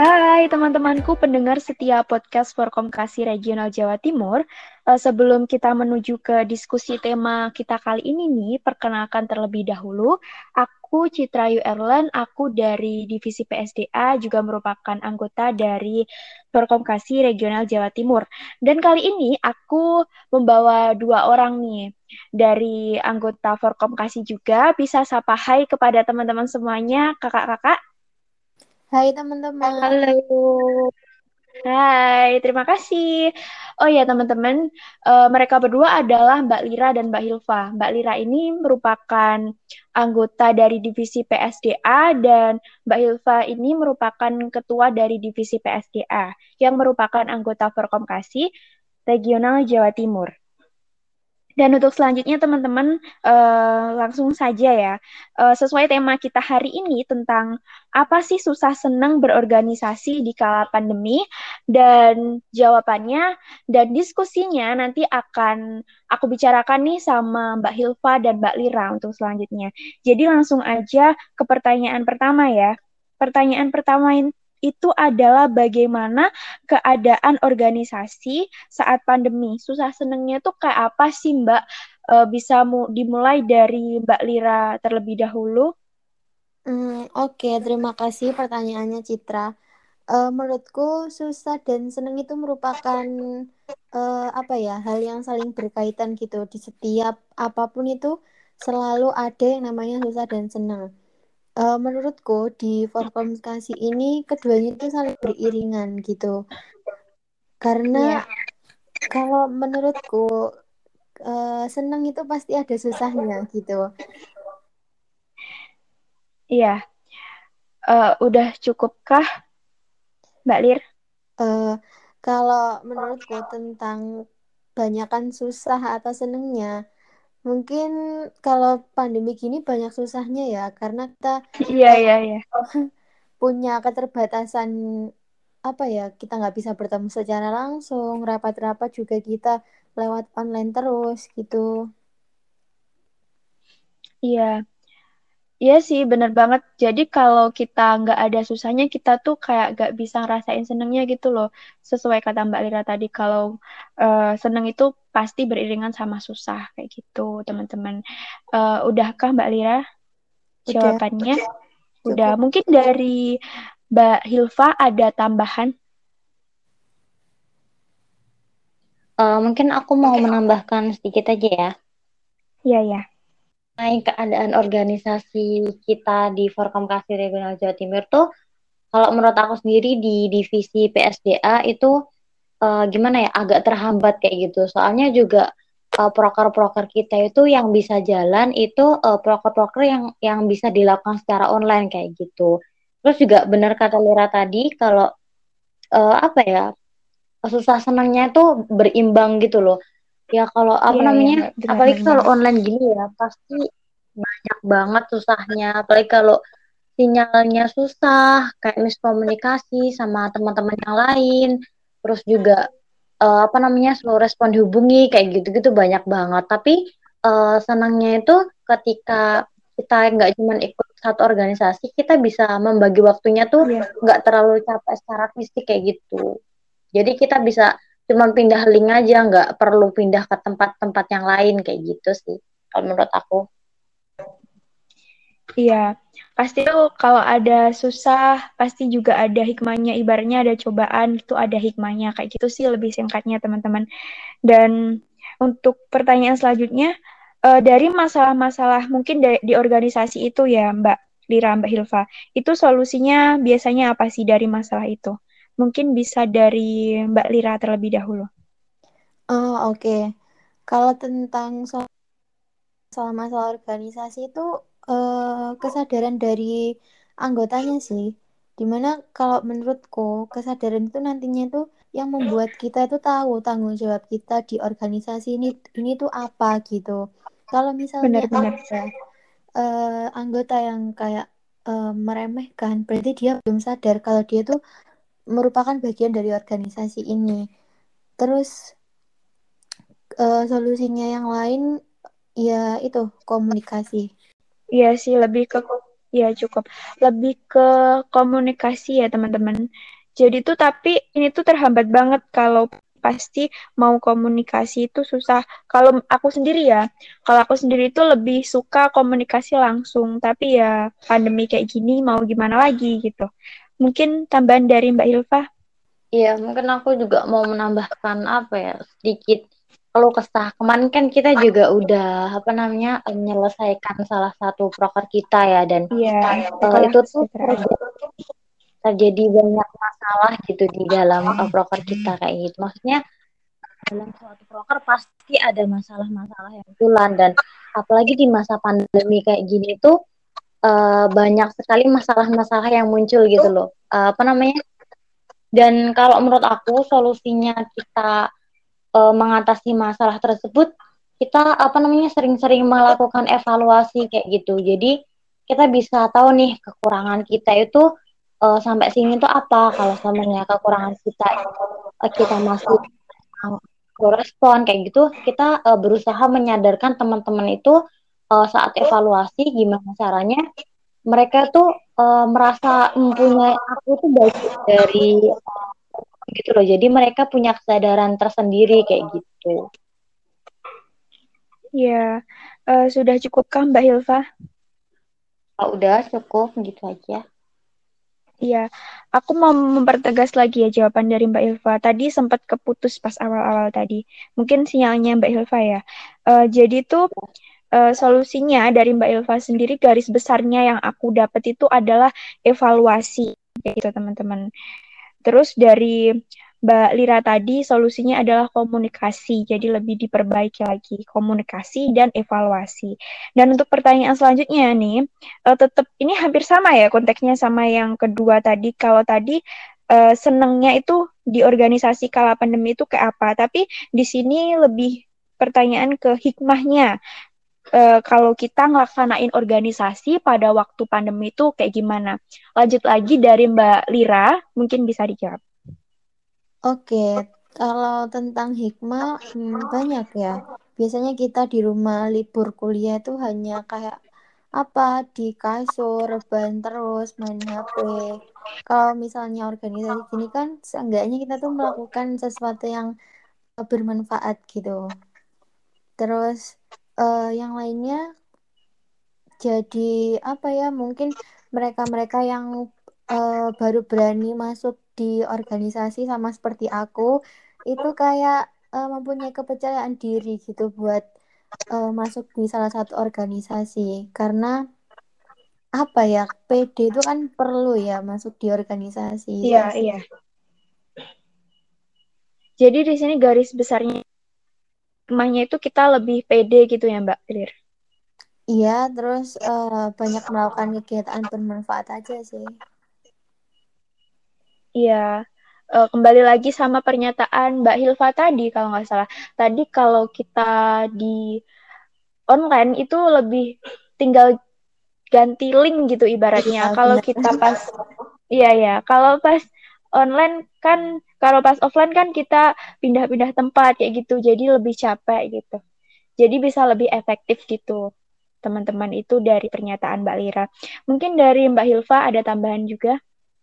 Hai teman-temanku pendengar setia podcast Forkomkasi Regional Jawa Timur. Sebelum kita menuju ke diskusi tema kita kali ini nih, perkenalkan terlebih dahulu, aku Citrayu Erlen, aku dari Divisi PSDA, juga merupakan anggota dari Forkomkasi Regional Jawa Timur. Dan kali ini aku membawa dua orang nih dari anggota Forkomkasi juga. Bisa sapa hai kepada teman-teman semuanya, kakak-kakak. Hai teman-teman. Halo. Hai, terima kasih. Oh ya teman-teman, mereka berdua adalah Mbak Lira dan Mbak Hilfa. Mbak Lira ini merupakan anggota dari divisi PSDA dan Mbak Hilfa ini merupakan ketua dari divisi PSDA yang merupakan anggota Forkomkasi Regional Jawa Timur. Dan untuk selanjutnya teman-teman langsung saja ya. Sesuai tema kita hari ini tentang apa sih susah senang berorganisasi di kala pandemi dan jawabannya dan diskusinya nanti akan aku bicarakan nih sama Mbak Hilfa dan Mbak Lira untuk selanjutnya. Jadi langsung aja ke pertanyaan pertama ya. Pertanyaan pertama itu adalah bagaimana keadaan organisasi saat pandemi. Susah senengnya tuh kayak apa sih Mbak? Bisa dimulai dari Mbak Lira terlebih dahulu. Oke, terima kasih pertanyaannya Citra. Menurutku susah dan senang itu merupakan apa ya, hal yang saling berkaitan gitu. Di setiap apapun itu selalu ada yang namanya susah dan senang. Menurutku di komunikasi ini keduanya itu saling beriringan gitu. Karena Iya, kalau menurutku senang itu pasti ada susahnya gitu. iya. Udah cukupkah Mbak Lir? Eh, Kalau menurutku tentang banyakan susah atau senengnya, mungkin kalau pandemi gini banyak susahnya ya, karena kita Iya, eh, iya, iya. punya keterbatasan apa ya, kita nggak bisa bertemu secara langsung, rapat-rapat juga kita lewat online terus gitu. Iya, iya sih, bener banget. Jadi kalau kita nggak ada susahnya, kita tuh kayak nggak bisa ngerasain senengnya gitu loh. Sesuai kata Mbak Lira tadi, kalau seneng itu pasti beriringan sama susah kayak gitu, teman-teman. Udahkah Mbak Lira Udah jawabannya? Udah. cukup. Mungkin dari Mbak Hilfa ada tambahan? Mungkin aku mau menambahkan sedikit aja ya. Iya, iya. Mengenai keadaan organisasi kita di Forkomkasi Regional Jawa Timur tuh, kalau menurut aku sendiri di divisi PSDA itu gimana ya, agak terhambat kayak gitu. Soalnya juga proker-proker kita itu yang bisa jalan itu proker-proker yang bisa dilakukan secara online kayak gitu. Terus juga benar kata Lira tadi kalau apa ya, susah senangnya itu berimbang gitu loh. Ya kalau apa Iya, iya, namanya, apalagi benar-benar kalau banget. online gini ya, pasti banyak banget susahnya. Apalagi kalau sinyalnya susah, kayak miskomunikasi sama teman-teman yang lain. Terus juga apa namanya, slow respon dihubungi, kayak gitu-gitu banyak banget. Tapi senangnya itu ketika kita nggak cuma ikut satu organisasi, kita bisa membagi waktunya tuh Iya. nggak terlalu capek secara fisik kayak gitu. Jadi kita bisa cuma pindah link aja, nggak perlu pindah ke tempat-tempat yang lain kayak gitu sih. Kalau menurut aku. Iya, pasti tuh kalau ada susah, pasti juga ada hikmahnya. Ibaratnya ada cobaan, itu ada hikmahnya. Kayak gitu sih lebih singkatnya, teman-teman. Dan untuk pertanyaan selanjutnya, dari masalah-masalah mungkin di organisasi itu ya, Mbak Lira, Mbak Hilfa, itu solusinya biasanya apa sih dari masalah itu? Mungkin bisa dari Mbak Lira terlebih dahulu. Oh, oke. Kalau tentang masalah organisasi itu kesadaran dari anggotanya sih. Dimana kalau menurutku kesadaran itu nantinya itu yang membuat kita itu tahu tanggung jawab kita di organisasi ini tuh apa gitu. Kalau misalnya Benar-benar. ada anggota yang kayak meremehkan, berarti dia belum sadar kalau dia tuh merupakan bagian dari organisasi ini. Terus solusinya yang lain ya itu komunikasi. Iya sih, lebih ke Ya, cukup. Lebih ke komunikasi ya, teman-teman. Jadi tuh, tapi ini tuh terhambat banget kalau pasti mau komunikasi itu susah. Kalau aku sendiri ya, kalau aku sendiri itu lebih suka komunikasi langsung. Tapi ya, pandemi kayak gini mau gimana lagi gitu. Mungkin tambahan dari Mbak Hilfa? Iya, mungkin aku juga mau menambahkan apa ya, sedikit kalau kesah. Kemarin kan kita juga udah apa namanya menyelesaikan salah satu proker kita ya, dan Iya, sekolah itu tuh kesejahteraan. terjadi banyak masalah gitu di dalam proker kita kayak gitu. Maksudnya dalam suatu proker pasti ada masalah-masalah yang munculan, dan apalagi di masa pandemi kayak gini tuh banyak sekali masalah-masalah yang muncul gitu loh. Apa namanya? Dan kalau menurut aku solusinya kita mengatasi masalah tersebut, kita apa namanya sering-sering melakukan evaluasi kayak gitu. Jadi kita bisa tahu nih kekurangan kita itu sampai sini tuh apa. Kalau sebenarnya kekurangan kita kita masih respon kayak gitu, kita berusaha menyadarkan teman-teman itu saat evaluasi gimana caranya mereka tuh merasa mempunyai aku tuh bagian dari gitu loh. Jadi mereka punya kesadaran tersendiri kayak gitu. Ya, sudah cukupkah Mbak Hilfa? Oh, udah cukup gitu aja. Iya, aku mau mempertegas lagi ya jawaban dari Mbak Hilfa. Tadi sempat keputus pas awal-awal tadi. Mungkin sinyalnya Mbak Hilfa ya. Jadi tuh solusinya dari Mbak Hilfa sendiri garis besarnya yang aku dapat itu adalah evaluasi, kayak gitu teman-teman. Terus dari Mbak Lira tadi solusinya adalah komunikasi, jadi lebih diperbaiki lagi komunikasi dan evaluasi. Dan untuk pertanyaan selanjutnya nih, tetap ini hampir sama ya konteksnya sama yang kedua tadi. Kalau tadi senangnya itu di organisasi kala pandemi itu kayak apa, tapi di sini lebih pertanyaan ke hikmahnya. Kalau kita ngelaksanain organisasi pada waktu pandemi itu kayak gimana? Lanjut lagi dari Mbak Lira, mungkin bisa dijawab. Oke, kalau tentang hikmah banyak ya. Biasanya kita di rumah libur kuliah itu hanya kayak apa di kasur, rebahan terus, main HP. Kalau misalnya organisasi gini kan seenggaknya kita tuh melakukan sesuatu yang bermanfaat gitu. Terus yang lainnya jadi apa ya mungkin mereka-mereka yang baru berani masuk di organisasi sama seperti aku itu kayak mempunyai kepercayaan diri gitu buat masuk di salah satu organisasi karena apa ya PD itu kan perlu ya masuk di organisasi. Iya, iya. Jadi di sini garis besarnya hikmahnya itu kita lebih pede gitu ya Mbak Clear. Iya, terus banyak melakukan kegiatan bermanfaat aja sih. Iya. Kembali lagi sama pernyataan Mbak Hilfa tadi kalau nggak salah. Tadi kalau kita di online itu lebih tinggal ganti link gitu ibaratnya. Iya, Kalau benar. kita pas iya ya, kalau pas online kan kalau pas offline kan kita pindah-pindah tempat kayak gitu. Jadi lebih capek gitu. Jadi bisa lebih efektif gitu. Teman-teman itu dari pernyataan Mbak Lira. Mungkin dari Mbak Hilfa ada tambahan juga?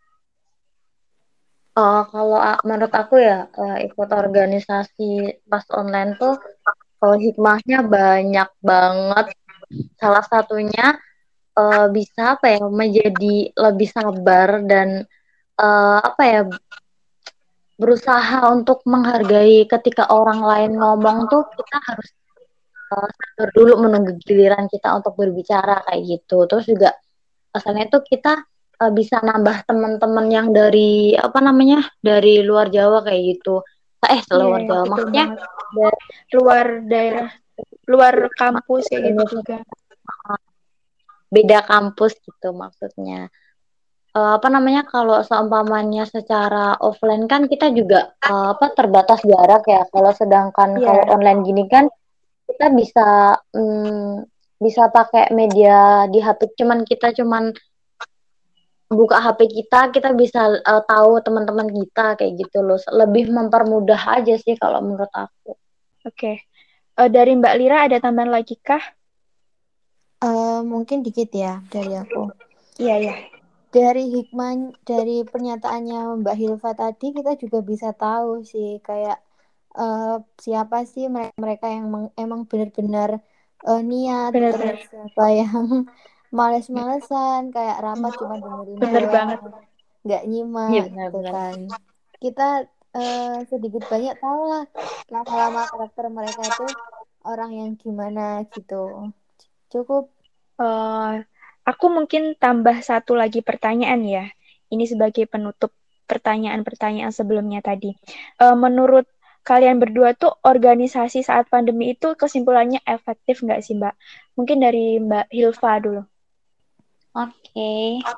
Kalau menurut aku ya ikut organisasi pas online tuh hikmahnya banyak banget. Salah satunya bisa apa ya menjadi lebih sabar dan apa ya berusaha untuk menghargai ketika orang lain ngomong tuh kita harus sabar dulu menunggu giliran kita untuk berbicara kayak gitu. Terus juga asalnya itu kita bisa nambah teman-teman yang dari apa namanya dari luar Jawa kayak gitu. Iya, Luar ya, Jawa betul maksudnya banget. dari Luar daerah, luar kampus kayak gitu juga. beda kampus gitu maksudnya. Apa namanya kalau seumpamanya secara offline kan kita juga apa terbatas jarak ya. Kalau sedangkan kalau Iya, online gini kan kita bisa pakai media di HP. Cuman buka HP kita bisa tahu teman-teman kita kayak gitu loh. Lebih mempermudah aja sih kalau menurut aku. oke. Dari Mbak Lira ada tambahan lagi kah? Mungkin dikit ya dari aku. Iya, iya. Dari pernyataannya Mbak Hilfa tadi kita juga bisa tahu sih kayak siapa sih mereka yang emang benar-benar niat, Benar-benar. terus siapa yang males-malesan kayak rapat cuma dengerin Benar banget. doang, nggak Iya nyimak gitu benar-benar. kan. Kita sedikit banyak tahu lah lama-lama karakter mereka itu orang yang gimana gitu. Cukup. Eh, aku mungkin tambah satu lagi pertanyaan ya. Ini sebagai penutup pertanyaan-pertanyaan sebelumnya tadi. Menurut kalian berdua tuh organisasi saat pandemi itu kesimpulannya efektif nggak sih, Mbak? Mungkin dari Mbak Hilfa dulu. Oke.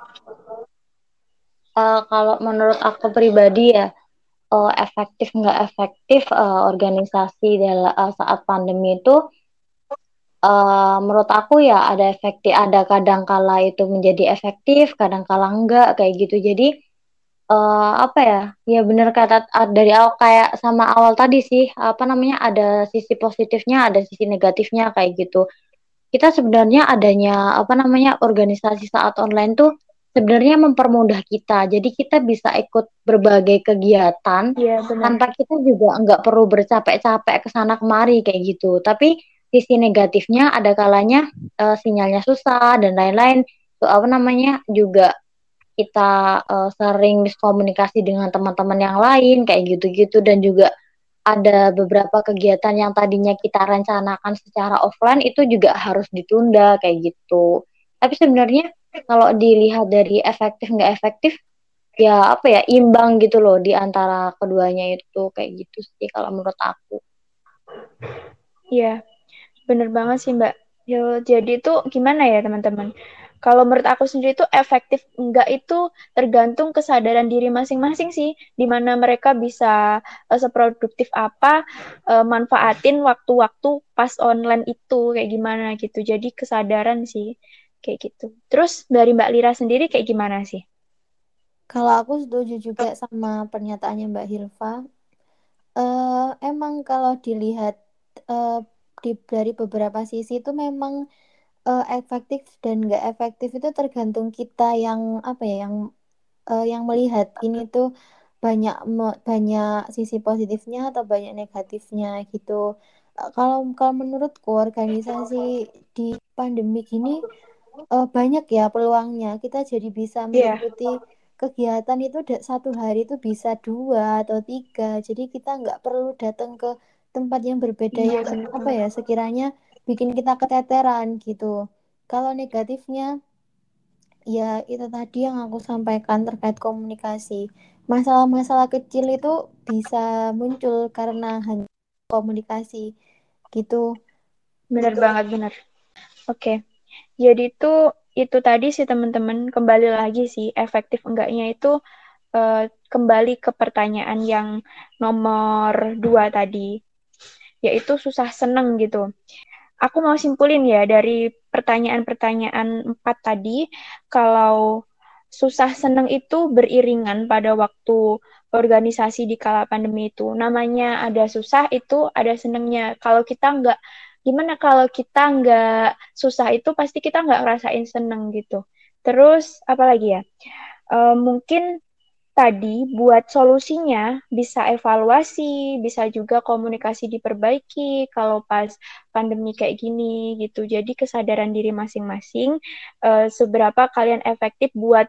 Kalau menurut aku pribadi ya, efektif nggak efektif organisasi saat pandemi itu, menurut aku ya ada efektif, ada kadang kala itu menjadi efektif, kadang kala enggak kayak gitu. Jadi apa ya? Ya bener kata dari awal kayak sama awal tadi sih, apa namanya? Ada sisi positifnya, ada sisi negatifnya kayak gitu. Kita sebenarnya adanya apa namanya organisasi saat online tuh sebenarnya mempermudah kita. Jadi kita bisa ikut berbagai kegiatan Iya, benar. tanpa kita juga nggak perlu bercapek-capek ke sana kemari kayak gitu. Tapi sisi negatifnya ada kalanya sinyalnya susah dan lain-lain. Tuh apa namanya juga kita sering miskomunikasi dengan teman-teman yang lain kayak gitu-gitu dan juga ada beberapa kegiatan yang tadinya kita rencanakan secara offline itu juga harus ditunda kayak gitu. Tapi sebenarnya kalau dilihat dari efektif nggak efektif, ya apa ya imbang gitu loh di antara keduanya itu kayak gitu sih kalau menurut aku. Iya, bener banget sih Mbak. Ya, jadi itu gimana ya teman-teman? Kalau menurut aku sendiri itu efektif enggak itu tergantung kesadaran diri masing-masing sih, di mana mereka bisa seproduktif apa, manfaatin waktu-waktu pas online itu kayak gimana gitu. Jadi kesadaran sih kayak gitu. Terus dari Mbak Lira sendiri kayak gimana sih? Kalau aku setuju juga sama pernyataannya Mbak Hilfa. Emang kalau dilihat eh, dari beberapa sisi itu memang efektif dan nggak efektif itu tergantung kita yang apa ya, yang melihat ini tuh banyak sisi positifnya atau banyak negatifnya gitu. Kalau kalau menurutku organisasi di pandemi gini banyak ya peluangnya. Kita jadi bisa Iya, mengikuti kegiatan itu satu hari itu bisa dua atau tiga. Jadi kita nggak perlu datang ke tempat yang berbeda iya yang benar apa banget. ya sekiranya bikin kita keteteran gitu. Kalau negatifnya ya itu tadi yang aku sampaikan terkait komunikasi. Masalah-masalah kecil itu bisa muncul karena hanya komunikasi gitu. Benar banget, benar. Oke. Jadi itu tadi sih teman-teman kembali lagi sih efektif enggaknya itu kembali ke pertanyaan yang nomor 2 tadi, yaitu susah seneng gitu. Aku mau simpulin ya dari pertanyaan-pertanyaan 4 tadi, kalau susah seneng itu beriringan pada waktu organisasi di kala pandemi itu. Namanya ada susah itu ada senengnya. Kalau kita nggak, gimana kalau kita nggak susah itu pasti kita nggak ngerasain seneng gitu. Terus apa lagi ya? Mungkin tadi buat solusinya bisa evaluasi, bisa juga komunikasi diperbaiki kalau pas pandemi kayak gini gitu. Jadi kesadaran diri masing-masing seberapa kalian efektif buat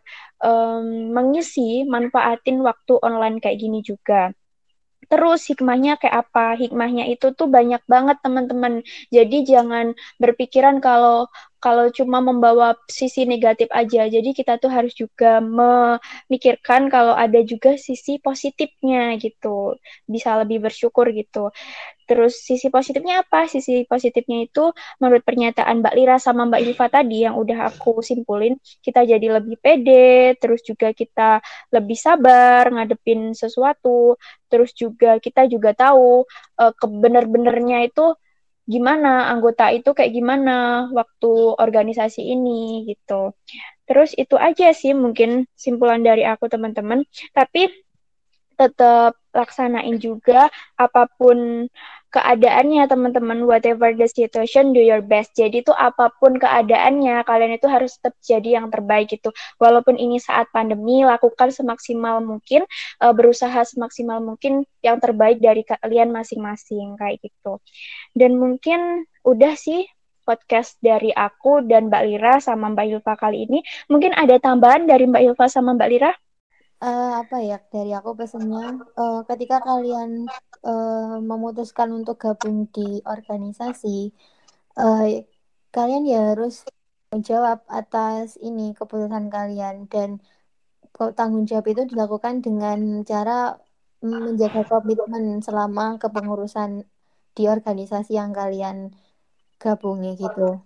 mengisi, manfaatin waktu online kayak gini juga. Terus hikmahnya kayak apa? Hikmahnya itu tuh banyak banget teman-teman. Jadi jangan berpikiran kalau kalau cuma membawa sisi negatif aja. Jadi kita tuh harus juga memikirkan kalau ada juga sisi positifnya gitu. Bisa lebih bersyukur gitu. Terus sisi positifnya apa? Sisi positifnya itu menurut pernyataan Mbak Lira sama Mbak Ilva tadi yang udah aku simpulin, kita jadi lebih pede, terus juga kita lebih sabar ngadepin sesuatu, terus juga kita juga tahu kebenar-benernya itu gimana, anggota itu kayak gimana waktu organisasi ini gitu. Terus itu aja sih mungkin simpulan dari aku teman-teman. Tapi tetap laksanain juga apapun keadaannya teman-teman, whatever the situation, do your best. Jadi itu apapun keadaannya, kalian itu harus tetap jadi yang terbaik gitu. Walaupun ini saat pandemi, lakukan semaksimal mungkin, berusaha semaksimal mungkin yang terbaik dari kalian masing-masing kayak gitu. Dan mungkin udah sih podcast dari aku dan Mbak Lira sama Mbak Hilfa kali ini. Mungkin ada tambahan dari Mbak Hilfa sama Mbak Lira? Apa ya dari aku pesannya, ketika kalian memutuskan untuk gabung di organisasi, kalian ya harus tanggung jawab atas ini keputusan kalian, dan tanggung jawab itu dilakukan dengan cara menjaga komitmen selama kepengurusan di organisasi yang kalian gabungi gitu.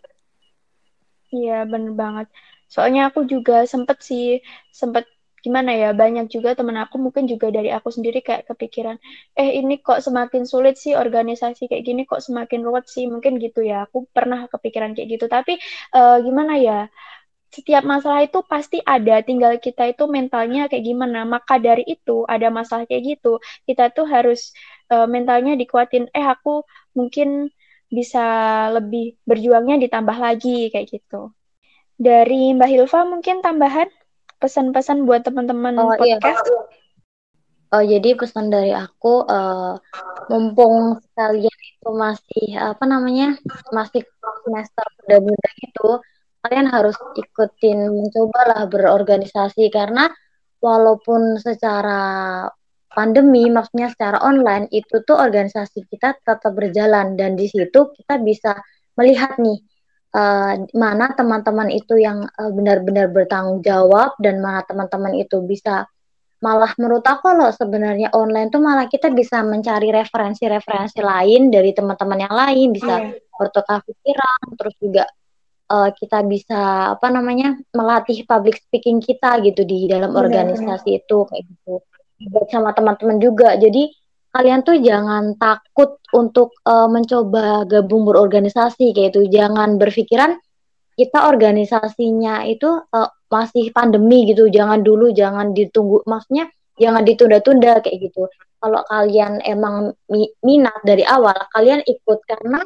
Iya, bener banget. Soalnya aku juga sempet gimana ya, banyak juga temen aku mungkin juga dari aku sendiri kayak kepikiran, ini kok semakin sulit sih organisasi kayak gini, kok semakin ruwet sih, mungkin gitu ya. Aku pernah kepikiran kayak gitu, tapi gimana ya, setiap masalah itu pasti ada, tinggal kita itu mentalnya kayak gimana. Maka dari itu, ada masalah kayak gitu, kita tuh harus mentalnya dikuatin. Aku mungkin bisa lebih berjuangnya ditambah lagi kayak gitu. Dari Mbak Hilfa mungkin tambahan pesan-pesan buat teman-teman Iya. podcast. Jadi pesan dari aku, mumpung kalian itu masih apa namanya, masih semester muda-muda gitu, kalian harus ikutin, mencobalah berorganisasi, karena walaupun secara pandemi, maksudnya secara online, itu tuh organisasi kita tetap berjalan, dan di situ kita bisa melihat nih mana teman-teman itu yang benar-benar bertanggung jawab, dan mana teman-teman itu bisa. Malah menurut aku loh, sebenarnya online tuh malah kita bisa mencari referensi-referensi lain dari teman-teman yang lain, bisa bertukar pikiran, terus juga kita bisa apa namanya, melatih public speaking kita gitu di dalam organisasi itu kayak gitu. Buat sama teman-teman juga. Jadi kalian tuh jangan takut untuk mencoba gabung berorganisasi kayak itu. Jangan berpikiran kita organisasinya itu masih pandemi gitu, jangan dulu, jangan ditunggu, maksudnya jangan ditunda-tunda kayak gitu. Kalau kalian emang minat dari awal, kalian ikut, karena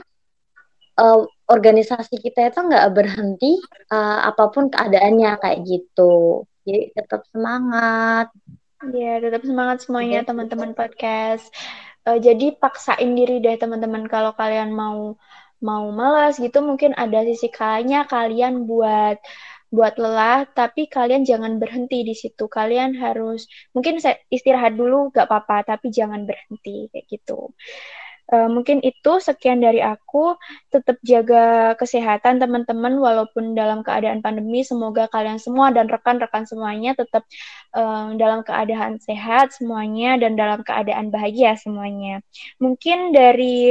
organisasi kita itu nggak berhenti apapun keadaannya kayak gitu. Jadi tetap semangat. Ya, tetap semangat semuanya teman-teman podcast. Jadi paksain diri deh teman-teman, kalau kalian mau malas gitu, mungkin ada sisi kalanya kalian buat lelah, tapi kalian jangan berhenti di situ. Kalian harus mungkin istirahat dulu gak apa-apa, tapi jangan berhenti kayak gitu. Mungkin itu sekian dari aku. Tetap jaga kesehatan teman-teman walaupun dalam keadaan pandemi. Semoga kalian semua dan rekan-rekan semuanya tetap dalam keadaan sehat semuanya dan dalam keadaan bahagia semuanya. Mungkin dari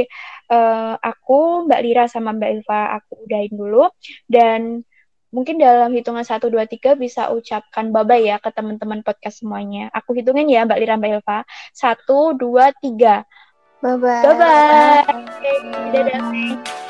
aku, Mbak Lira sama Mbak Ilva, aku udahin dulu. Dan mungkin dalam hitungan 1, 2, 3 bisa ucapkan bye-bye ya ke teman-teman podcast semuanya. Aku hitungin ya Mbak Lira, Mbak Ilva. 1, 2, 3. Bye-bye. Bye-bye. Dadah.